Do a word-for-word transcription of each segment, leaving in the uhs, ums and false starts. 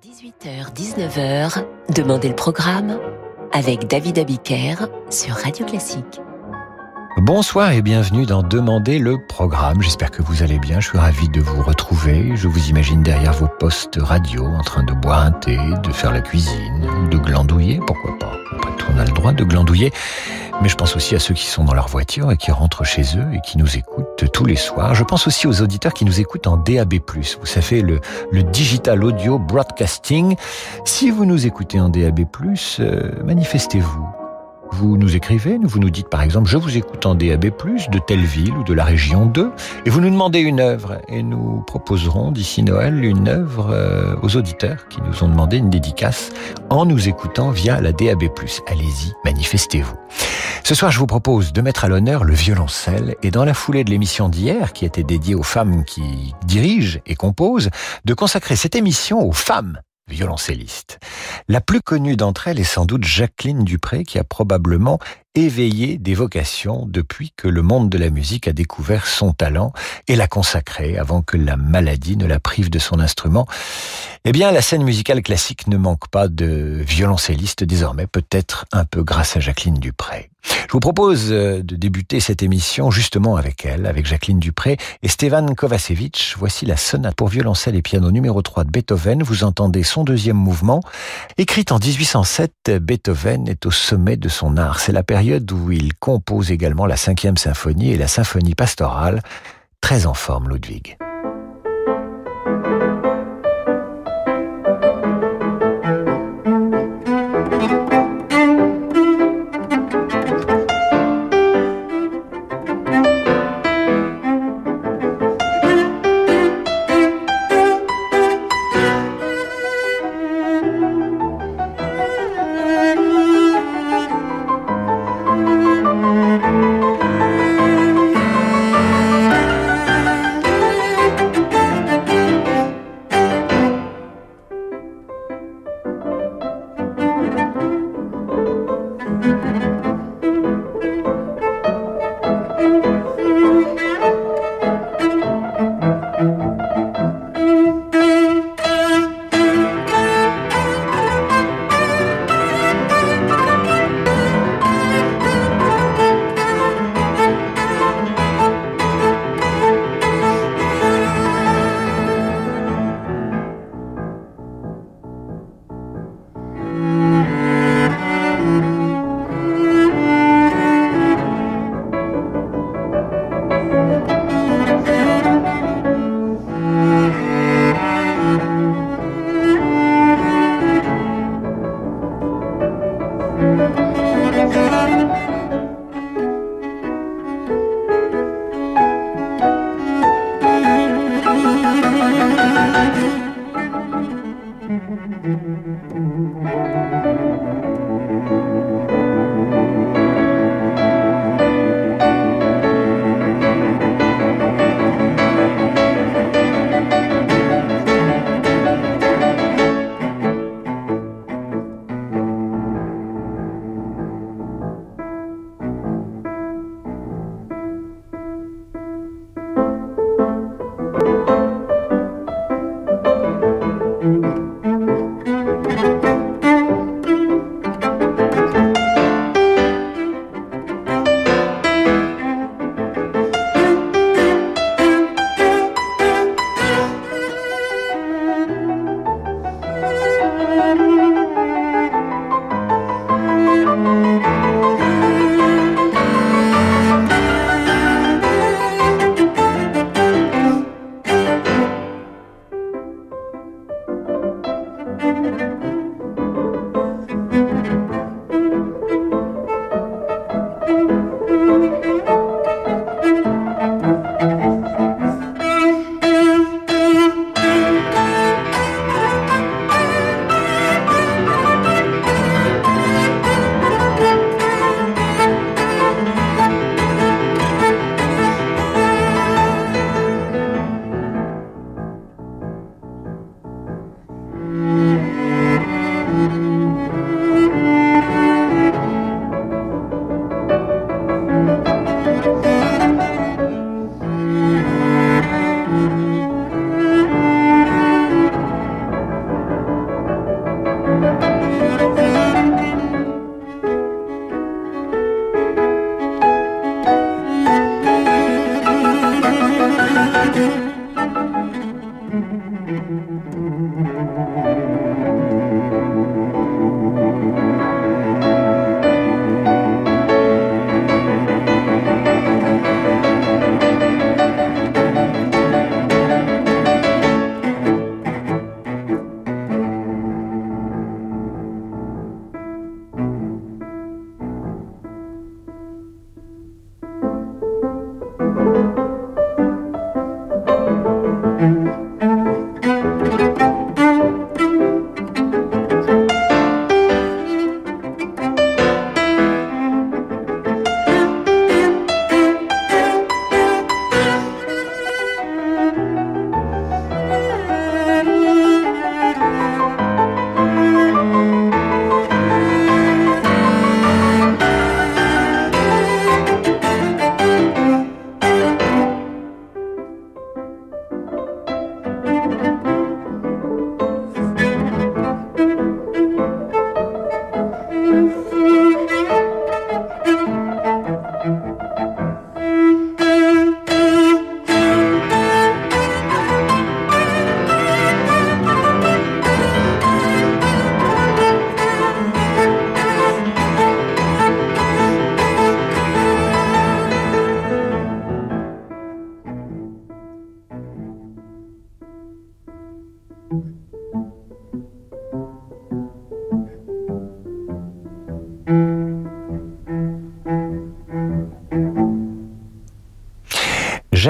dix-huit heures dix-neuf heures, Demandez le programme avec David Abiker sur Radio Classique. Bonsoir et bienvenue dans Demandez le programme. J'espère que vous allez bien, je suis ravi de vous retrouver. Je vous imagine derrière vos postes radio en train de boire un thé, de faire la cuisine, de glandouiller, pourquoi pas. Après tout, on a le droit de glandouiller. Mais je pense aussi à ceux qui sont dans leur voiture et qui rentrent chez eux et qui nous écoutent tous les soirs. Je pense aussi aux auditeurs qui nous écoutent en D A B plus. Vous savez, le, le Digital Audio Broadcasting. Si vous nous écoutez en D A B plus, euh, manifestez-vous. Vous nous écrivez, vous nous dites par exemple « Je vous écoute en D A B plus, de telle ville ou de la région deux » et vous nous demandez une œuvre et nous proposerons d'ici Noël une œuvre euh, aux auditeurs qui nous ont demandé une dédicace en nous écoutant via la D A B plus. Allez-y, manifestez-vous. Ce soir, je vous propose de mettre à l'honneur le violoncelle et dans la foulée de l'émission d'hier qui était dédiée aux femmes qui dirigent et composent, de consacrer cette émission aux femmes violoncellistes. La plus connue d'entre elles est sans doute Jacqueline Dupré, qui a probablement éveillé des vocations depuis que le monde de la musique a découvert son talent et l'a consacré avant que la maladie ne la prive de son instrument. Eh bien, la scène musicale classique ne manque pas de violoncellistes désormais, peut-être un peu grâce à Jacqueline Dupré. Je vous propose de débuter cette émission justement avec elle, avec Jacqueline Dupré et Stevan Kovacevic. Voici la sonate pour violoncelle et piano numéro trois de Beethoven. Vous entendez son deuxième mouvement. Écrite en dix-huit cent sept, Beethoven est au sommet de son art. C'est la période où il compose également la cinquième symphonie et la symphonie pastorale. Très en forme, Ludwig.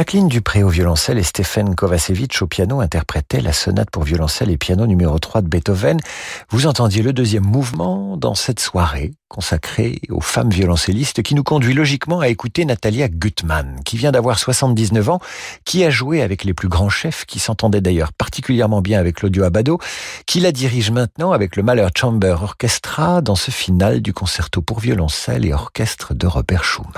Jacqueline Dupré au violoncelle et Stefan Kovacevic au piano interprétaient la sonate pour violoncelle et piano numéro trois de Beethoven. Vous entendiez le deuxième mouvement dans cette soirée consacrée aux femmes violoncellistes qui nous conduit logiquement à écouter Natalia Gutmann, qui vient d'avoir soixante-dix-neuf ans, qui a joué avec les plus grands chefs, qui s'entendait d'ailleurs particulièrement bien avec Claudio Abbado, qui la dirige maintenant avec le Mahler Chamber Orchestra dans ce final du concerto pour violoncelle et orchestre de Robert Schumann.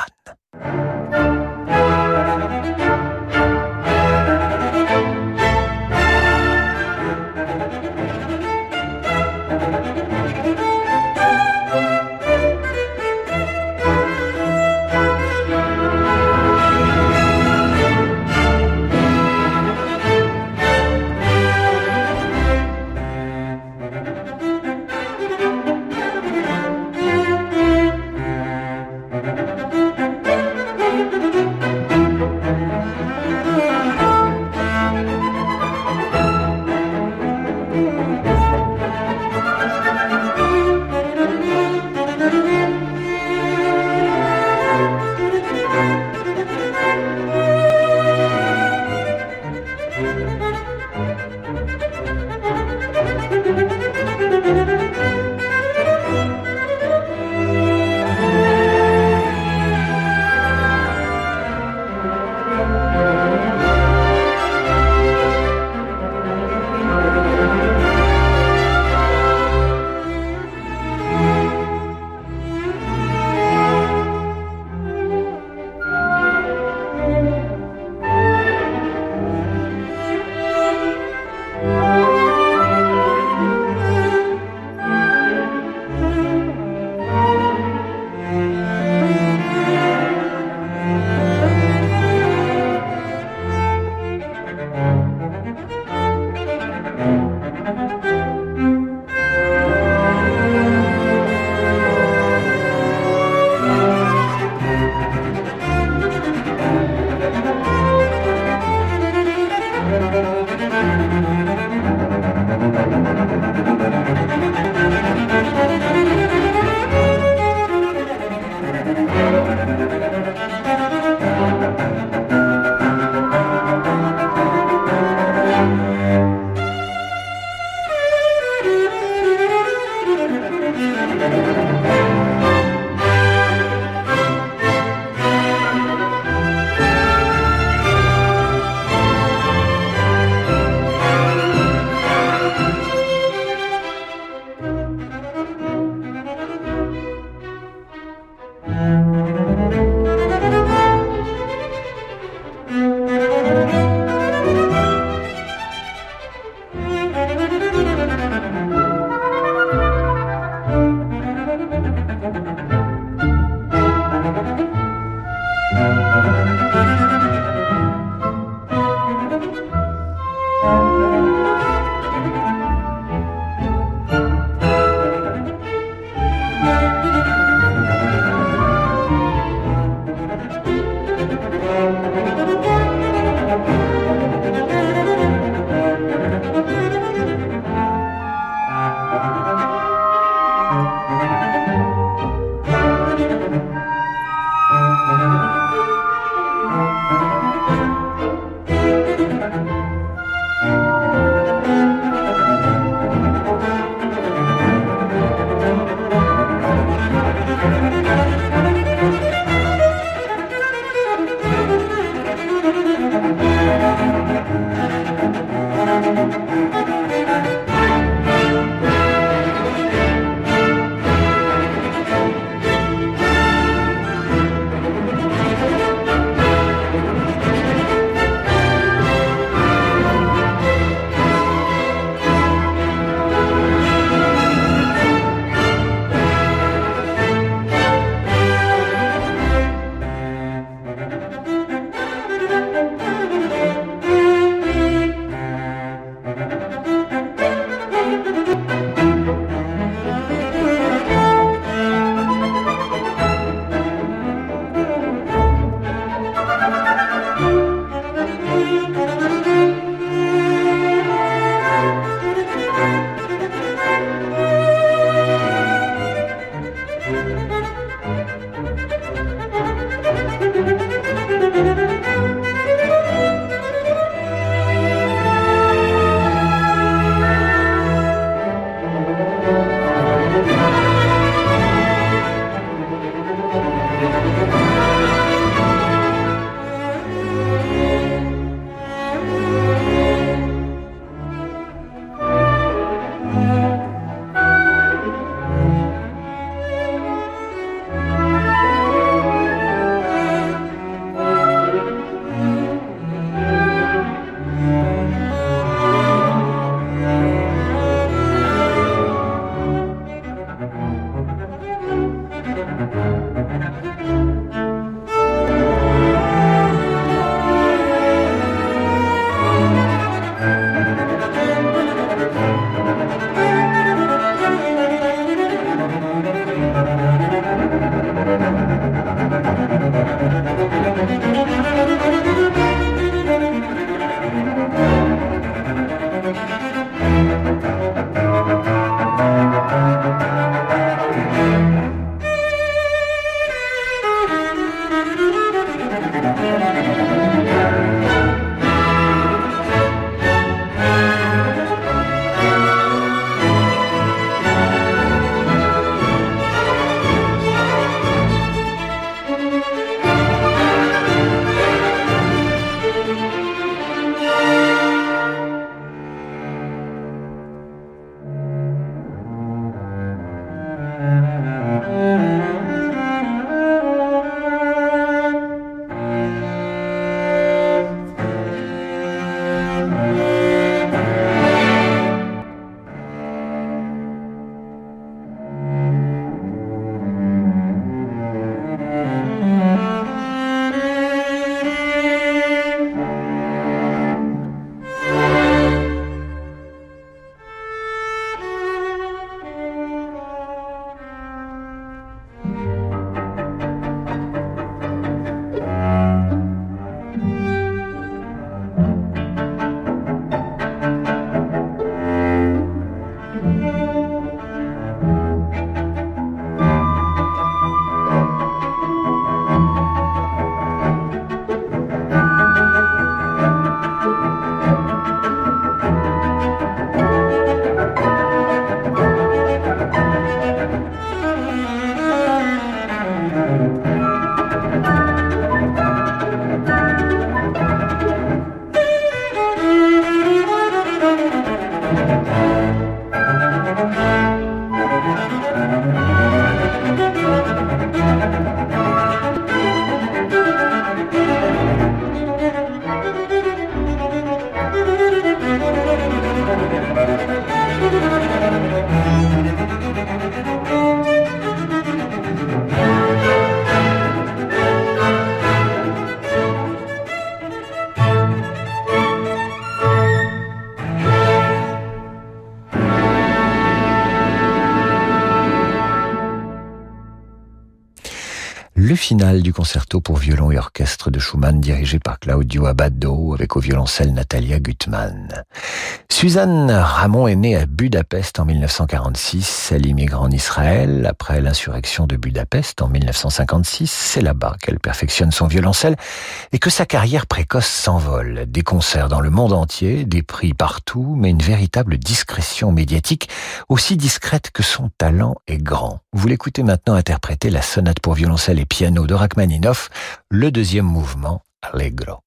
prélude final du concerto pour violon et orchestre de Schumann dirigé par Claudio Abbado avec au violoncelle Natalia Gutmann. Suzanne Ramon est née à Budapest en mille neuf cent quarante-six. Elle immigre en Israël après l'insurrection de Budapest en mille neuf cent cinquante-six. C'est là-bas qu'elle perfectionne son violoncelle et que sa carrière précoce s'envole. Des concerts dans le monde entier, des prix partout, mais une véritable discrétion médiatique, aussi discrète que son talent est grand. Vous l'écoutez maintenant interpréter la sonate pour violoncelle et piano de Rachmaninoff, le deuxième mouvement, Allegro.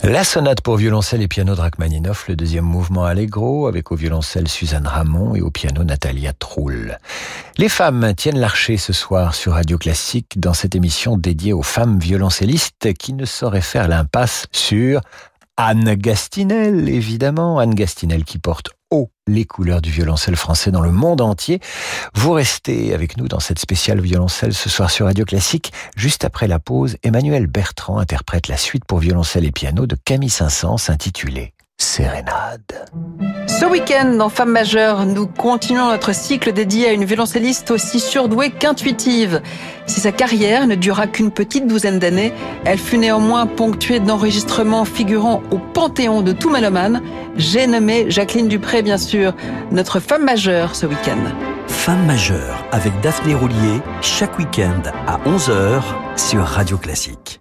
La sonate pour violoncelle et piano de Rachmaninoff, le deuxième mouvement Allegro, avec au violoncelle Suzanne Ramon et au piano Natalia Trull. Les femmes tiennent l'archer ce soir sur Radio Classique dans cette émission dédiée aux femmes violoncellistes qui ne sauraient faire l'impasse sur Anne Gastinel, évidemment. Anne Gastinel qui porte haut les couleurs du violoncelle français dans le monde entier. Vous restez avec nous dans cette spéciale violoncelle ce soir sur Radio Classique. Juste après la pause, Emmanuel Bertrand interprète la suite pour violoncelle et piano de Camille Saint-Saëns intitulée Sérénade. Ce week-end, dans Femmes majeures, nous continuons notre cycle dédié à une violoncelliste aussi surdouée qu'intuitive. Si sa carrière ne dura qu'une petite douzaine d'années, elle fut néanmoins ponctuée d'enregistrements figurant au panthéon de tout mélomane. J'ai nommé Jacqueline Dupré, bien sûr, notre femme majeure ce week-end. Femme majeure avec Daphné Roulier, chaque week-end à onze heures sur Radio Classique.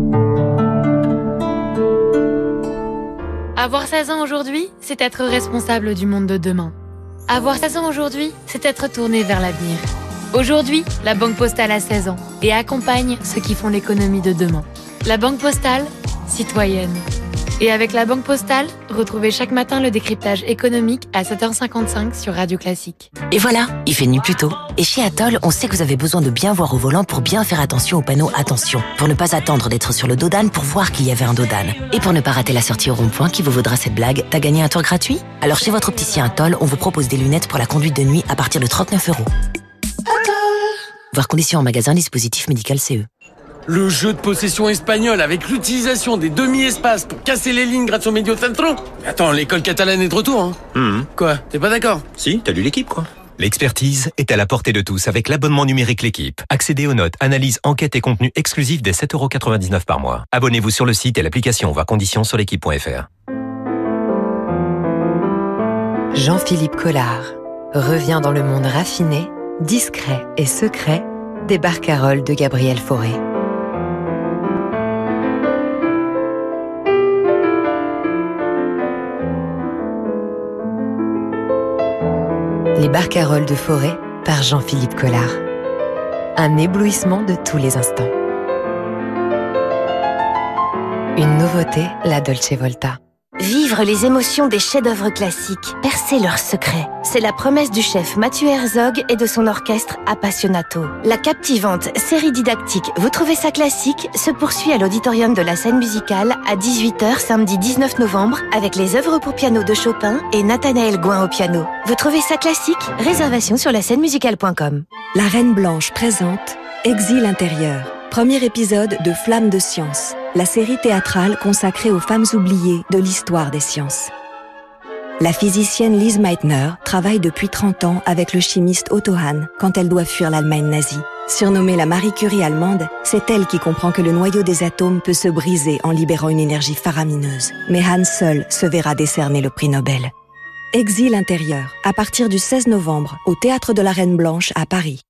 Avoir seize ans aujourd'hui, c'est être responsable du monde de demain. Avoir seize ans aujourd'hui, c'est être tourné vers l'avenir. Aujourd'hui, la Banque Postale a seize ans et accompagne ceux qui font l'économie de demain. La Banque Postale, citoyenne. Et avec la Banque Postale, retrouvez chaque matin le décryptage économique à sept heures cinquante-cinq sur Radio Classique. Et voilà, il fait nuit plus tôt. Et chez Atoll, on sait que vous avez besoin de bien voir au volant pour bien faire attention au panneau attention. Pour ne pas attendre d'être sur le dos d'âne pour voir qu'il y avait un dos d'âne. Et pour ne pas rater la sortie au rond-point qui vous vaudra cette blague, t'as gagné un tour gratuit? Alors chez votre opticien Atoll, on vous propose des lunettes pour la conduite de nuit à partir de trente-neuf euros. Atoll. Voir conditions en magasin, dispositif médical C E. Le jeu de possession espagnol avec l'utilisation des demi-espaces pour casser les lignes grâce au medio centro. Attends, l'école catalane est de retour, hein mmh. Quoi, t'es pas d'accord? Si, t'as lu l'équipe, quoi. L'expertise est à la portée de tous avec l'abonnement numérique L'équipe. Accédez aux notes, analyses, enquêtes et contenus exclusifs dès sept euros quatre-vingt-dix-neuf par mois. Abonnez-vous sur le site et l'application, voir conditions sur l'équipe point f r. Jean-Philippe Collard revient dans le monde raffiné, discret et secret des barcaroles de Gabriel Fauré. Les barcaroles de Fauré par Jean-Philippe Collard. Un éblouissement de tous les instants. Une nouveauté, la Dolce Volta. Vivre les émotions des chefs-d'œuvre classiques, percer leurs secrets. C'est la promesse du chef Mathieu Herzog et de son orchestre Appassionato. La captivante série didactique Vous trouvez ça classique se poursuit à l'auditorium de la scène musicale à dix-huit heures samedi dix-neuf novembre avec les œuvres pour piano de Chopin et Nathanaël Gouin au piano. Vous trouvez ça classique? Réservation sur la scène musicale point com. La Reine Blanche présente Exil intérieur. Premier épisode de Flamme de science, la série théâtrale consacrée aux femmes oubliées de l'histoire des sciences. La physicienne Lise Meitner travaille depuis trente ans avec le chimiste Otto Hahn quand elle doit fuir l'Allemagne nazie. Surnommée la Marie Curie allemande, c'est elle qui comprend que le noyau des atomes peut se briser en libérant une énergie faramineuse. Mais Hahn seul se verra décerner le prix Nobel. Exil intérieur, à partir du seize novembre, au Théâtre de la Reine Blanche à Paris.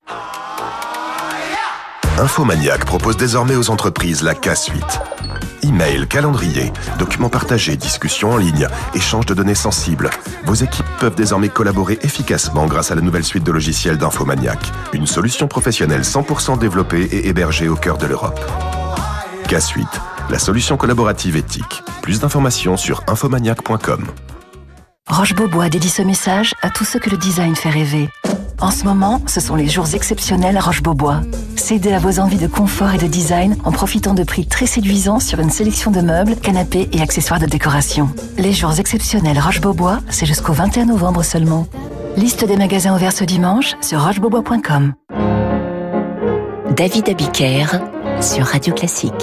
Infomaniac propose désormais aux entreprises la K-Suite. Email, calendrier, documents partagés, discussions en ligne, échange de données sensibles. Vos équipes peuvent désormais collaborer efficacement grâce à la nouvelle suite de logiciels d'Infomaniac. Une solution professionnelle cent pour cent développée et hébergée au cœur de l'Europe. K-Suite, la solution collaborative éthique. Plus d'informations sur infomaniac point com. Roche-Beaubois dédie ce message à tous ceux que le design fait rêver. En ce moment, ce sont les jours exceptionnels à Roche-Beaubois. Cédez à vos envies de confort et de design en profitant de prix très séduisants sur une sélection de meubles, canapés et accessoires de décoration. Les jours exceptionnels Roche-Beaubois, c'est jusqu'au vingt et un novembre seulement. Liste des magasins ouverts ce dimanche sur roche beaubois point com. David Abiker sur Radio Classique.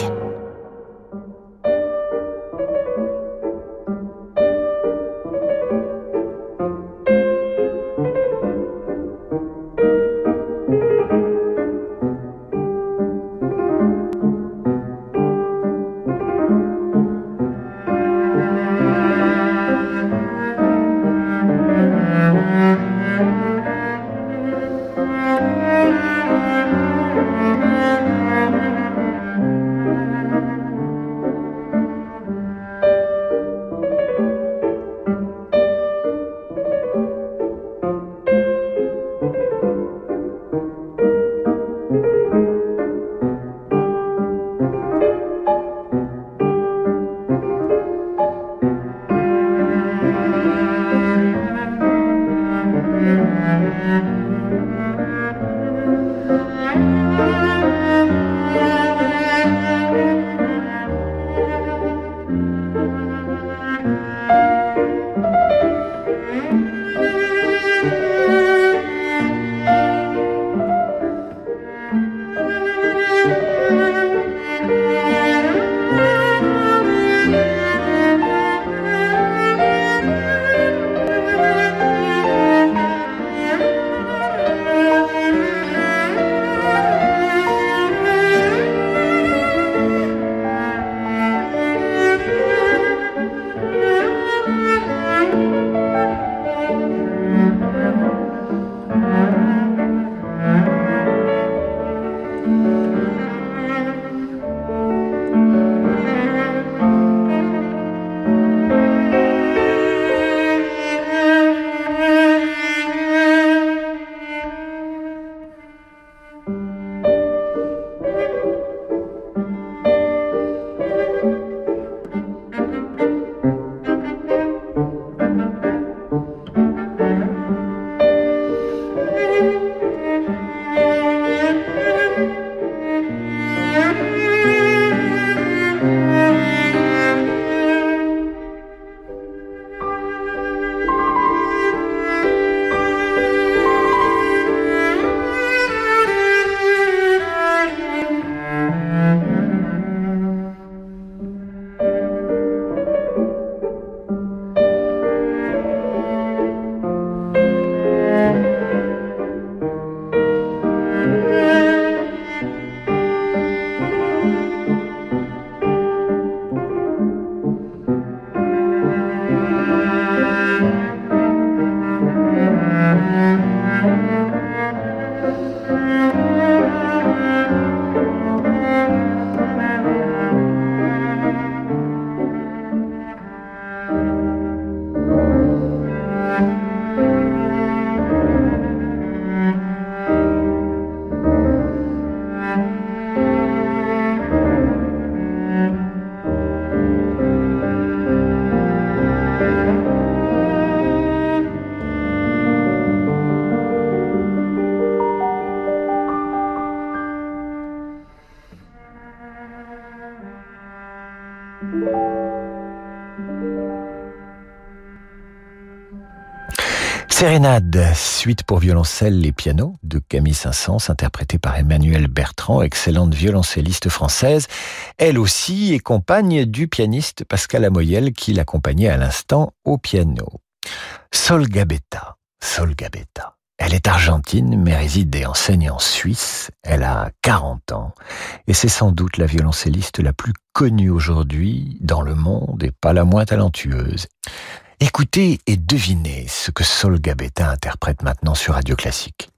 Sérénade, suite pour violoncelle et piano de Camille Saint-Saëns, interprétée par Emmanuelle Bertrand, excellente violoncelliste française, elle aussi est compagne du pianiste Pascal Amoyel qui l'accompagnait à l'instant au piano. Sol Gabetta, Sol Gabetta. Elle est argentine mais réside et enseigne en Suisse. Elle a quarante ans et c'est sans doute la violoncelliste la plus connue aujourd'hui dans le monde et pas la moins talentueuse. Écoutez et devinez ce que Sol Gabetta interprète maintenant sur Radio Classique.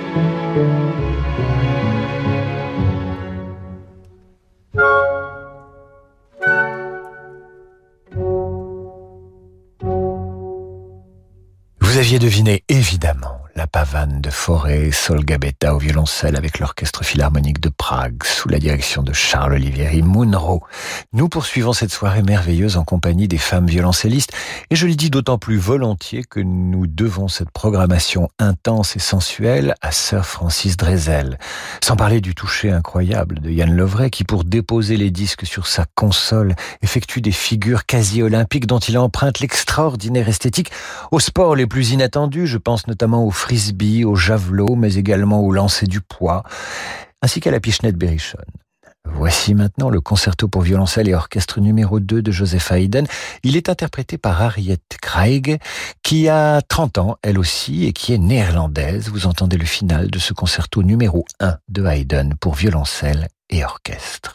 Vous aviez deviné, évidemment, la pavane de Fauré, Sol Gabetta au violoncelle avec l'Orchestre Philharmonique de Prague, sous la direction de Charles Olivieri Munro. Nous poursuivons cette soirée merveilleuse en compagnie des femmes violoncellistes, et je le dis d'autant plus volontiers que nous devons cette programmation intense et sensuelle à Sir Francis Drezel. Sans parler du toucher incroyable de Yann Lovray, qui pour déposer les disques sur sa console, effectue des figures quasi olympiques dont il emprunte l'extraordinaire esthétique aux sports les plus inattendus. Je pense notamment au frisbee, au javelot, mais également au lancer du poids, ainsi qu'à la pichenette berrichonne. Voici maintenant le concerto pour violoncelle et orchestre numéro deux de Joseph Haydn. Il est interprété par Harriet Craig, qui a trente ans, elle aussi, et qui est néerlandaise. Vous entendez le final de ce concerto numéro un de Haydn pour violoncelle et orchestre.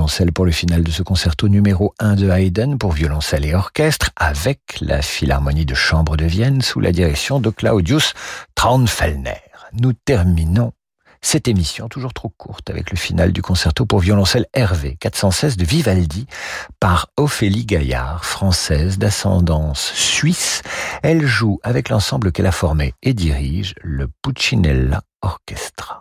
violoncelle pour le final de ce concerto numéro un de Haydn pour violoncelle et orchestre avec la Philharmonie de chambre de Vienne sous la direction de Claudius Traunfellner. Nous terminons cette émission toujours trop courte avec le final du concerto pour violoncelle R V quatre cent seize de Vivaldi par Ophélie Gaillard, française d'ascendance suisse. Elle joue avec l'ensemble qu'elle a formé et dirige le Puccinella Orchestra.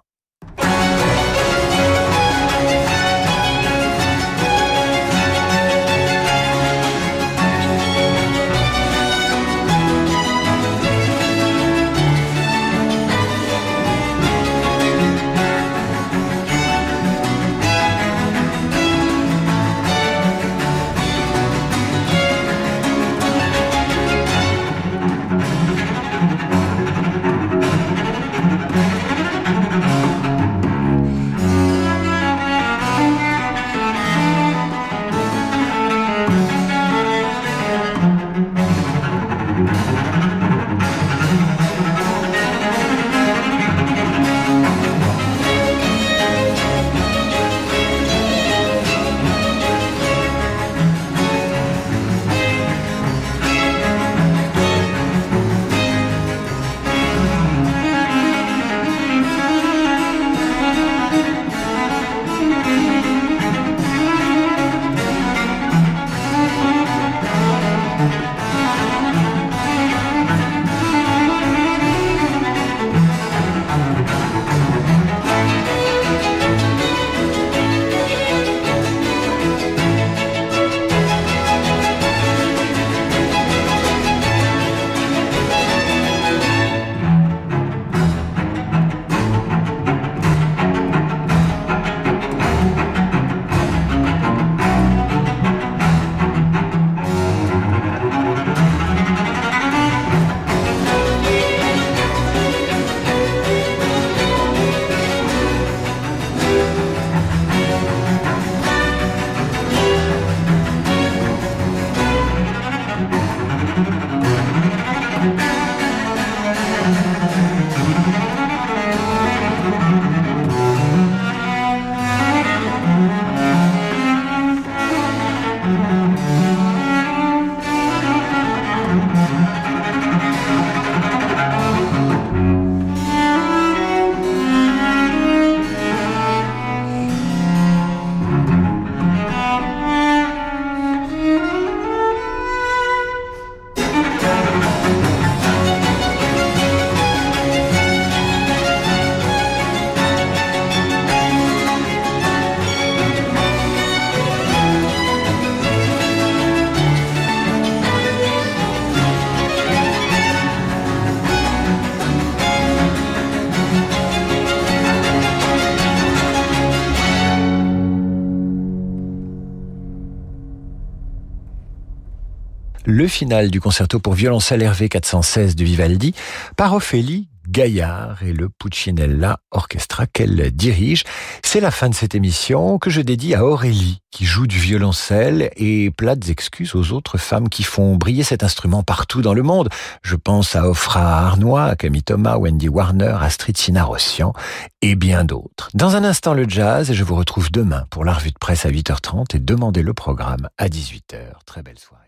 Le final du concerto pour violoncelle R V quatre cent seize de Vivaldi par Ophélie Gaillard et le Puccinella Orchestra qu'elle dirige. C'est la fin de cette émission que je dédie à Aurélie qui joue du violoncelle et plates excuses aux autres femmes qui font briller cet instrument partout dans le monde. Je pense à Ofra Arnois, à Camille Thomas, Wendy Warner, Astrid Sinarossian et bien d'autres. Dans un instant le jazz et je vous retrouve demain pour la revue de presse à huit heures trente et Demandez le programme à dix-huit heures. Très belle soirée.